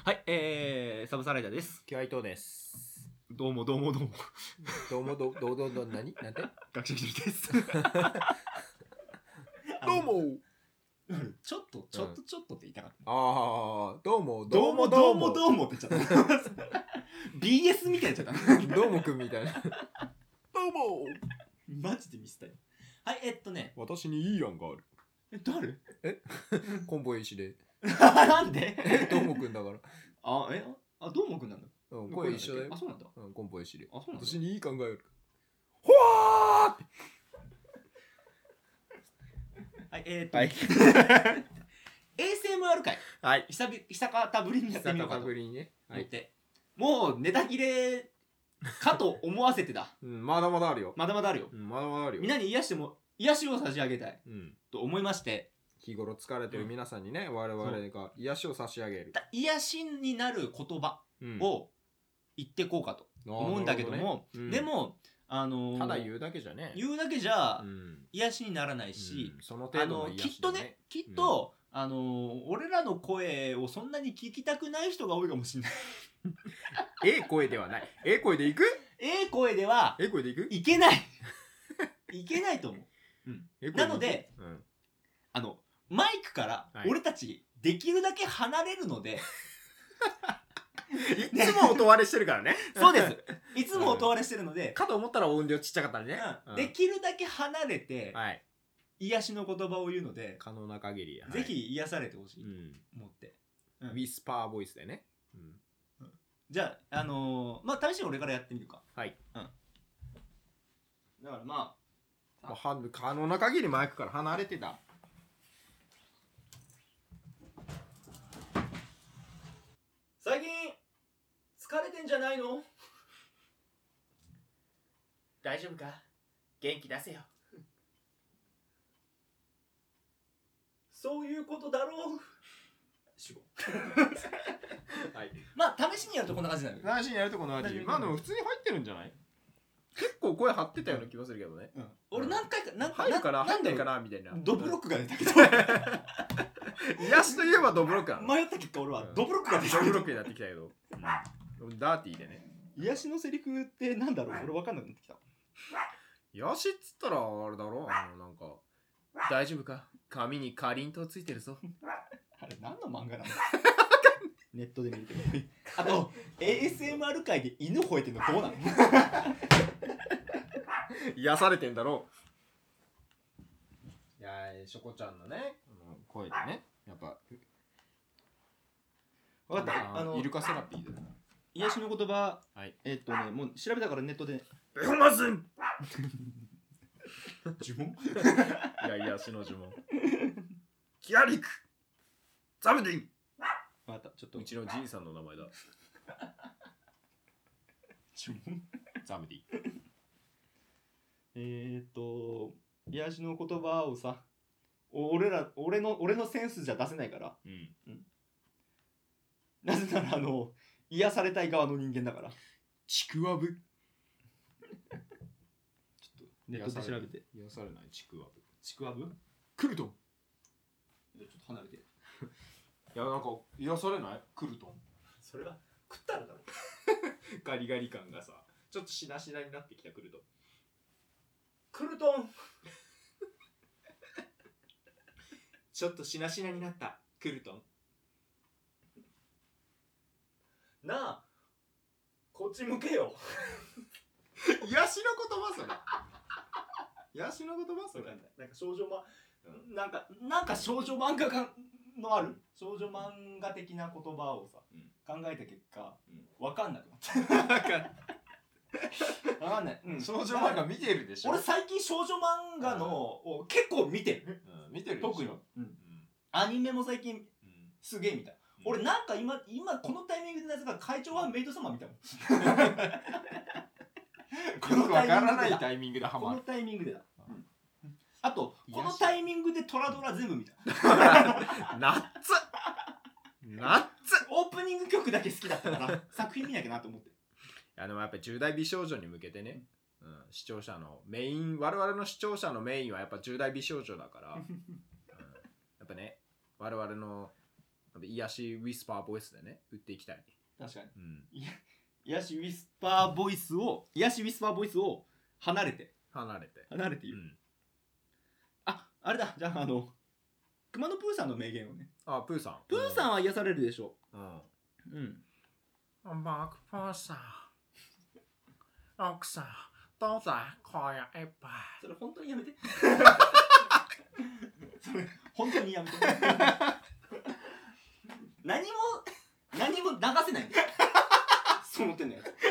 はい、サブサライダーです。 キュアイトです。 どうもどうもどうも。 どうも何なんて学習一人です。 どうもちょっとって言いたかった。 ああ、どうもって言っちゃった。BS みたいになっちゃった。 どうもくんみたいな。どうもマジでミスったよ。はい、 私にいい案がある。 誰？ コンボイ石で。 なんで？ どうもくんだから。 どうもくんなんだ。 声一緒だよ。 あ、そうなんだ。 コンボイ石で。 あ、そうなんだ。 私にいい考えある。ほわーはい、 はい。 ASMR 回。 はい。 久方ぶりにやってみようかと思久方ぶりにね。 って。もうネタ切れかと思わせてだ。 まだまだあるよ。 まだまだあるよ。 まだまだあるよ。 みんなに癒しを差し上げたい。と思いまして。 日頃疲れてる皆さんにね、我々が癒しを差し上げる。 癒しになる言葉を言ってこうかと思うんだけども、でも、ただ言うだけじゃね。 言うだけじゃ癒しにならないし、 その程度の癒しきっと、俺らの声をそんなに聞きたくない人が多いかもしれない。 声ではない。声でいく？ 声では、 声でいく？ いけない。いけないと思う。なので、マイクから俺たちできるだけ離れるので、 いつも音割れしてるからね。 そうです。いつも音割れしてるので、 かと思ったら音量ちっちゃかったね。 できるだけ離れて、癒しの言葉を言うので、 可能な限り、 ぜひ癒されてほしいと思って。 ウィスパーボイスでね。 じゃあ、試しに俺からやってみるか。 はい。 だから可能な限りマイクから離れてた。 最近疲れてんじゃないの？大丈夫か？元気出せよ。そういうことだろう。主語。はい。試しにやるとこんな感じになる。 試しにやるとこんな感じ。でも普通に入ってるんじゃない？結構声張ってたような気がするけどね。 俺何回か入るかな入んないかなみたいな。 ドブロックが出たけど。 癒しといえばドブロックなの。 迷った結果俺はドブロックが出た。 ドブロックになってきたけど。ダーティーでね。 癒しのセリフってなんだろう？俺分かんなくなってきた。 癒しっつったらあれだろ？なんか大丈夫か？髪にかりんとうついてるぞ。 あれ何の漫画なの？ネットで見るけど。あと ASMR 界で犬吠えてんのどうなの？ 癒されてんだろう。いやしょこちゃんのね声でね、やっぱ分かった。 イルカセラピーで癒しの言葉、もう調べたからネットで。 ベホマズン。 呪文？ いや癒しの呪文。キアリクザムディン。 分かった。ちょっとうちのじいさんの名前だ。 呪文？ ザムディン。 癒しの言葉をさ、俺のセンスじゃ出せないから。なぜなら癒されたい側の人間だから。 ちくわぶ。 ちょっとネットで調べて。 癒されないちくわぶ。 ちくわぶ？ クルトン。 ちょっと離れて。 いやなんか癒されないクルトン。 それは食ったらだろ。 ガリガリ感がさ、ちょっとしなしなになってきたクルトン。 クルトン。 ちょっとしなしなになったクルトン。 なあ、こっち向けよ。 癒しの言葉それ。癒しの言葉それ。 なんか少女なんか少女漫画のある少女漫画的な言葉をさ、考えた結果、わかんなくなった。わかんない。 少女漫画見てるでしょ。 俺最近少女漫画のを結構見てる。 見てるでしょ。 特に。アニメも最近すげえ見た。俺なんか今このタイミングでなぜか会長はメイド様見たもん。 よくわからないタイミングでハマる。 このタイミングでだ。あとこのタイミングでトラドラ全部見た。 ナッツ。 オープニング曲だけ好きだったから作品見なきゃなと思って。 いやでもやっぱり10代美少女に向けてね、視聴者のメイン、我々の視聴者のメインはやっぱ10代美少女だから、やっぱね我々の癒しウィスパーボイスでね売っていきたい。 確かに、 うん、 癒しウィスパーボイスを離れて言う、うん、あれだ、じゃあ熊野プーさんの名言をね。 プーさんは癒されるでしょう。 マークプーさん奥さんどうだこやえばそれ本当にやめてそれ本当にやめて何も流せないその手のやつ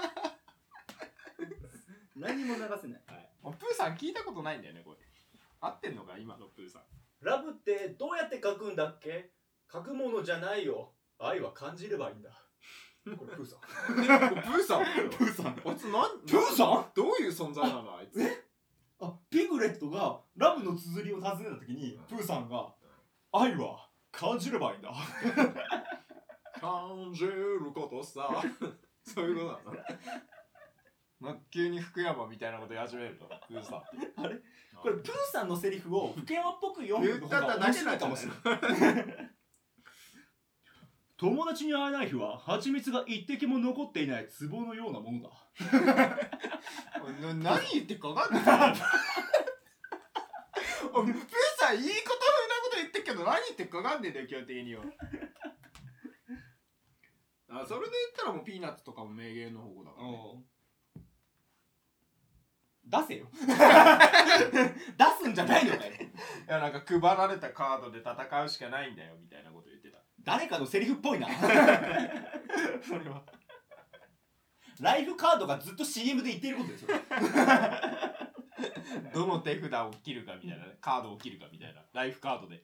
何も流せない、はい、 プーさん聞いたことないんだよね。これ合ってんのか今のプーさん。 ラブってどうやって書くんだっけ。書くものじゃないよ、愛は感じればいいんだ。これプーさんプーさんあいつプーさんどういう存在なのあいつ。 ピグレットがラブの綴りを尋ねた時に、プーさんが愛は感じればいいんだ感じることさそういうことなの急に福山みたいなこと言い始めるとプーさんってあれこれプーさんのセリフを福山っぽく読むのが面白いかもしれない友達に会えない日は蜂蜜が一滴も残っていない壺のようなものだ何言ってか分かんないプーさんいいこと風なこと言ってっけど何言ってか分かんねえんだよ基本的にはそれで言ったらもうピーナッツとかも名言の方だからね。 出せよ出すんじゃないのかよ。いやなんか配られたカードで戦うしかないんだよみたいなこと言ってた。 誰かのセリフっぽいなそれはライフカードがずっと CM で言っていることですよどの手札を切るかみたいな、ね、カードを切るかみたいなライフカードで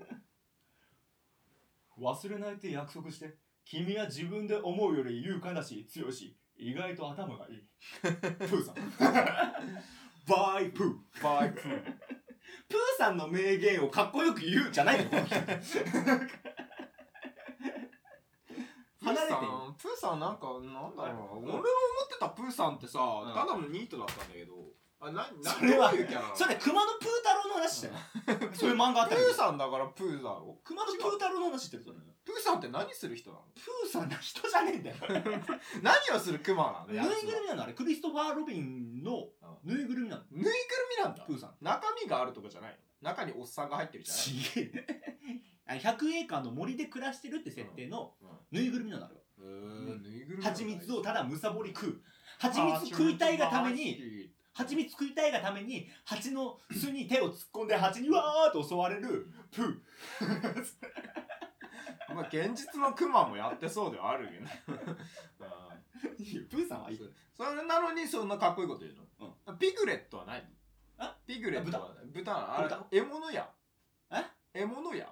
忘れないって約束して。君は自分で思うより勇敢だし強いし意外と頭がいいプーさんバイプープーさんの名言をかっこよく言うじゃないのこの人離れてよ。 プーさんなんだろうな、俺の思ってたプーさんってさ、ただのニートだったんだけど、 それはそれ熊野プー太郎の話じゃないそういう漫画あったけどプーさんだからプーだろ。 熊野プー太郎の話ってことだよ。 プーさんって何する人なの。 プーさんは人じゃねえんだよ何をするクマなの。 ぬいぐるみなのあれ。クリストファー・ロビンのぬいぐるみなの。 ぬいぐるみなんだプーさん。 中身があるとかじゃないの。中におっさんが入ってるじゃない。 100エーカーの森で暮らしてるって設定のぬいぐるみなのあれは。蜂蜜をただむさぼり食う。蜂蜜食いたいがために蜂の巣に手を突っ込んで蜂にわーっと襲われるプーまあ現実のクマもやってそうではあるけどプーさんはいい。 それなのにそんなかっこいいこと言うの、ピグレットは何。ピグレットは豚あれ獲物や。獲物や。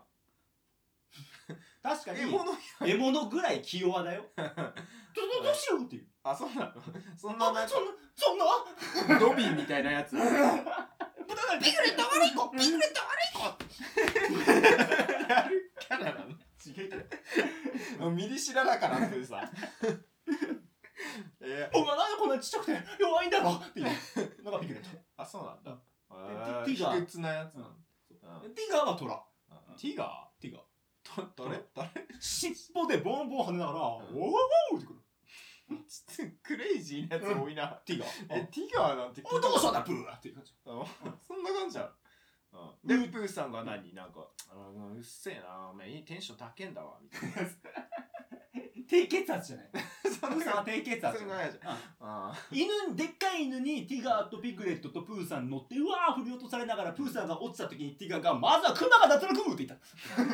確かに獲物ぐらい気弱だよどうしようっていう。 そうなの。そんなドビンみたいなやつ。ピグレット悪い子ピグレット悪い子やるキャラなの。ミリシラだからってさお前なんでこんなちっちゃくて弱いんだろっていうのがピグレット。 そうなんだ。 ティガー卑屈なやつなの。 ティガーはトラ。 ティガー誰尻尾でボンボン跳ねながらおーってくる。 クレイジーなやつ多いな。 ティガーティガーなんてどうしたんだプーっていう感じ。 そんな感じだ。でプーさんがなんかうっせえなお前いいテンション高えんだわみたいな。 低血圧じゃない。プーさんは低血圧。でっかい犬にティガーとピグレットとプーさん乗ってうわー振り落とされながらプーさんが落ちた時にティガーがまずはクマが脱落って言った。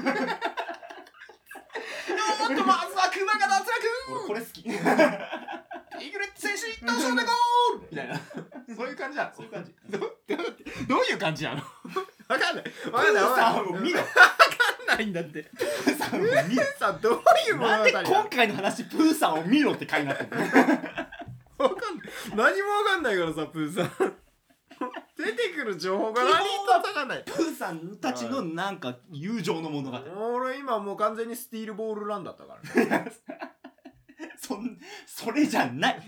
まずはクマが脱落。俺これ好き。ピグレット選手一等賞でゴールみたいな。 そういう感じだ。 そういう感じ。 どういう感じなの。わかんない。プーさんを見ろ。 わかんないんだって。 プーさんを見ろ。 どういう物語。 なんで今回の話プーさんを見ろって回になってるの。 わかんない。何もわかんないからさプーさん。出てくる情報が何一つわかんない。 プーさんたちのなんか友情の物語。 俺今もう完全にスティールボールランだったからね。 それじゃない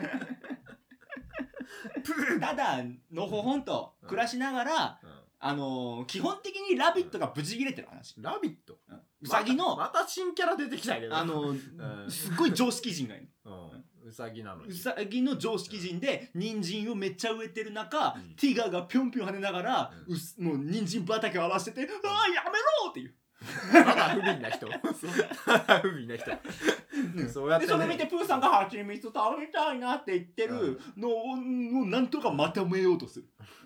ただのほほんと暮らしながら、基本的にラビットがブチギレてる話。 ラビット、 ウサギのまた新キャラ出てきたけどすっごい常識人がいるウサギなのにウサギの常識人で人参をめっちゃ植えてる中、ティガーがぴょんぴょん跳ねながら、もう人参畑を荒らしてて、ああやめろっていうただ不憫な人ただ不憫な人そうやって、ね、 でそれ見てプーさんが蜂蜜食べたいなって言ってるのをなんとかまとめようとする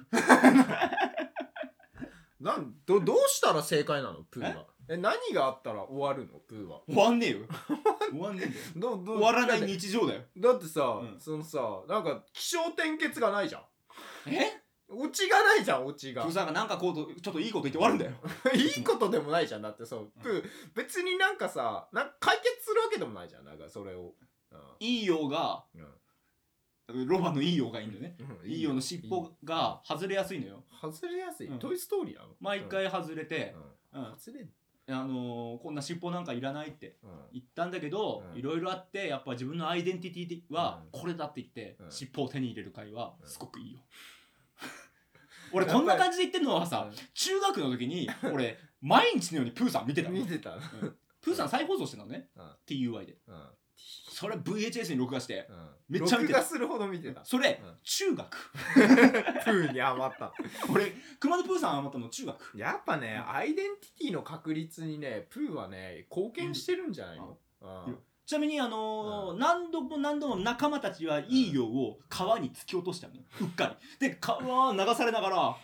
どうしたら正解なのプーは何があったら終わるのプーは終わんねえよ終わんねえんだよ終わらない日常だよだってさ、そのさなんか起承転結がないじゃんオチがないじゃんオチがプーさんがなんかこうちょっといいこと言って終わるんだよいいことでもないじゃんだってそうプー別になんかさ解決するわけでもないじゃんなんかそれをいいようがロバのいいようがいいんだよねいいようの尻尾が外れやすいのよ外れやすいトイストーリーなの毎回外れて外れこんな尻尾なんかいらないって言ったんだけどいろいろあってやっぱ自分のアイデンティティはこれだって言って尻尾を手に入れる回はすごくいいよ俺こんな感じで言ってるのはさ中学の時に俺毎日のようにプーさん見てたプーさん再放送してたのね TUI でそれ VHS に録画してめっちゃ見てた録画するほど見てたそれ中学プーにハマった俺熊野プーさんハマったの中学やっぱねアイデンティティの確立にねプーはね貢献してるんじゃないのちなみに何度も何度も仲間たちはいいよを川に突き落としちゃうのうっかりで川流されながら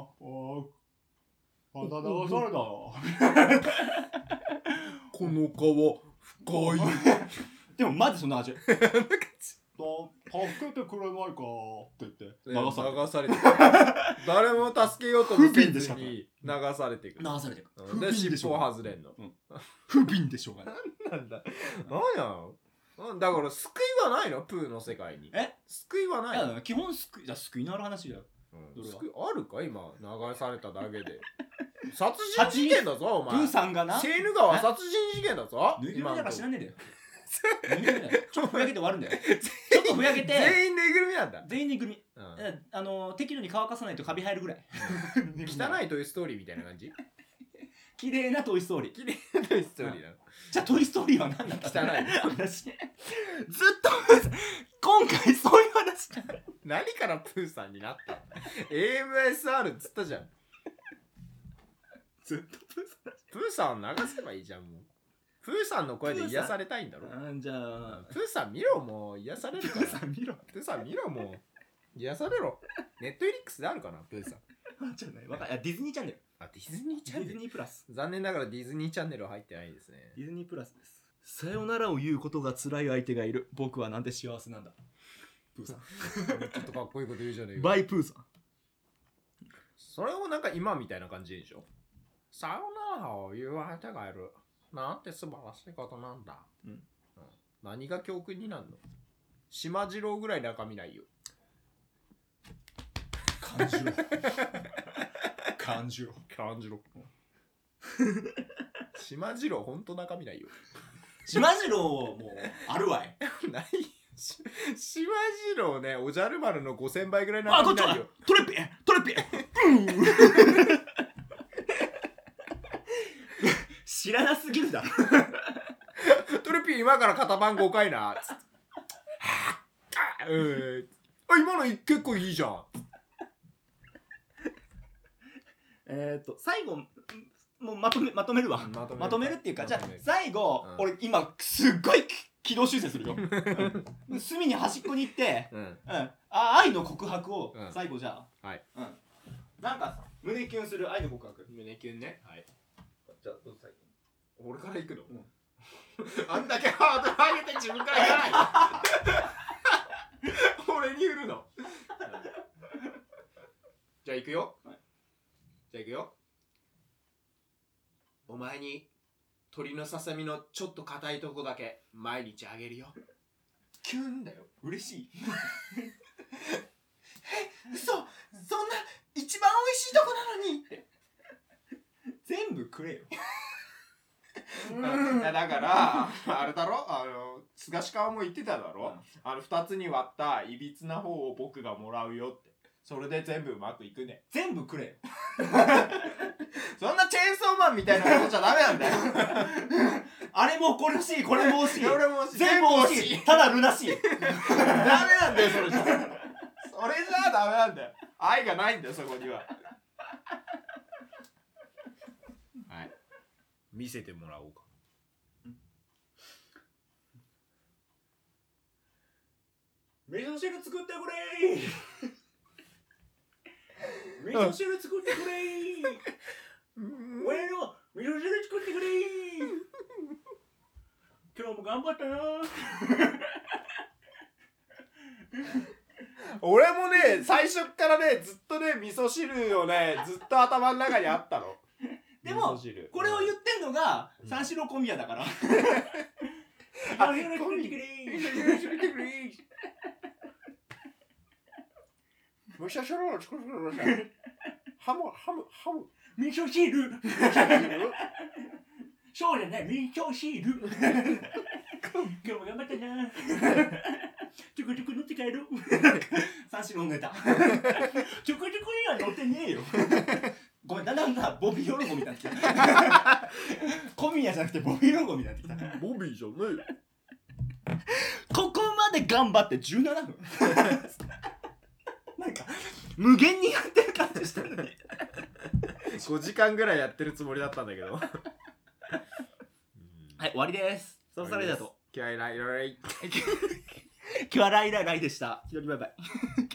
流されたこの川深いでもマジそんな感じ助けてくれないかって言って流されてく誰も助けようともせずに流されてくで尻尾外れんの不憫でしょうがないなんだ何やのだから救いはないのプーの世界に救いはないの基本救いのある話だよ救いあるか今流されただけで殺人事件だぞお前プーさんがなセーヌ川殺人事件だぞぬいぐるみだから知らねえんだよちょっとふやけて終わるんだよちょっとふやけて全員ぬいぐるみなんだ全員ぬいぐるみ適度に乾かさないとカビ生えるぐらい汚いトイストーリーみたいな感じ綺麗なトイストーリー綺麗なトイストーリーなのじゃあトイストーリーは何なんだ汚い話ずっと今回そういう話何からプーさんになった AMSR っつったじゃんずっとプーさん流せばいいじゃんもうプーさんの声で癒されたいんだろじゃあプーさん見ろもう癒されるからプーさん見ろプーさん見ろもう癒されろネットフリックスであるかなプーさんじゃないわかんないディズニーチャンネルディズニーチャンネルディズニープラス残念ながらディズニーチャンネルは入ってないですねディズニープラスですさよならを言うことが辛い相手がいる僕はなんて幸せなんだプーさんちょっとかっこいいこと言うじゃねえかバイプーさんそれをなんか今みたいな感じでしょさよならを言う相手がいるなんて素晴らしいことなんだ、何が教訓になるの島次郎ぐらい中身ないよ感じろ感じろ感じろ島次郎ほんと中身ないよ島次郎もあるわいない島次郎ねおじゃる丸の5000倍ぐらい中身ないよトレピ知らなすぎるだろトレピー今から型番5回な今の結構いいじゃん最後もうまとめるわまとめるっていうかじゃあ最後、俺今すっごい軌道修正するよ隅に端っこに行って、愛の告白を最後じゃあ、なんか胸キュンする愛の告白胸キュンねじゃあどうぞ最後俺から行くの、あんだけハードル上げて自分から行かない俺に振るのじゃあ行くよ、じゃあ行くよお前に鳥のささみのちょっと硬いとこだけ毎日あげるよキュンだよ嬉しい嘘そんな一番美味しいとこなのにって全部くれよだからあれだろ菅氏川も言ってただろ、2つに割ったいびつな方を僕がもらうよってそれで全部うまくいくね。 全部くれよ。 そんなチェーンソーマンみたいなことじゃダメなんだよ。 あれも欲しい、これも欲しい。 俺も欲しい。 全部欲しい。ただルナシー。 ダメなんだよ、それじゃ。それじゃダメなんだよ。愛がないんだよ、そこには。はい。見せてもらおうか。 味噌汁作ってくれー。味噌汁作ってくれー。俺の味噌汁作ってくれー。今日も頑張ったな。 俺もね、最初からね、ずっとね、味噌汁をね、ずっと頭の中にあったの。 でもこれを言ってんのが三四郎小宮だから。 あ、 味噌汁作ってくれー。 むしゃしゃろ作るハム味噌汁。そうじゃない味噌汁。今日も頑張ったな。ちょくちょく乗って帰る。三四郎ネタ。ちょくちょくには乗ってねえよ。ごめん、だんだんボビーロゴみたいになってきた。小宮じゃなくてボビーロゴみたいになってきた。 ボビーじゃねえよ。 ここまで頑張って17分。なんか無限にやってる感じしたのに。 5時間ぐらいやってるつもりだったんだけど。 はい、終わりです。そしたらだと。 気合いライライ。 今日はライライライでした。ひどりバイバイ。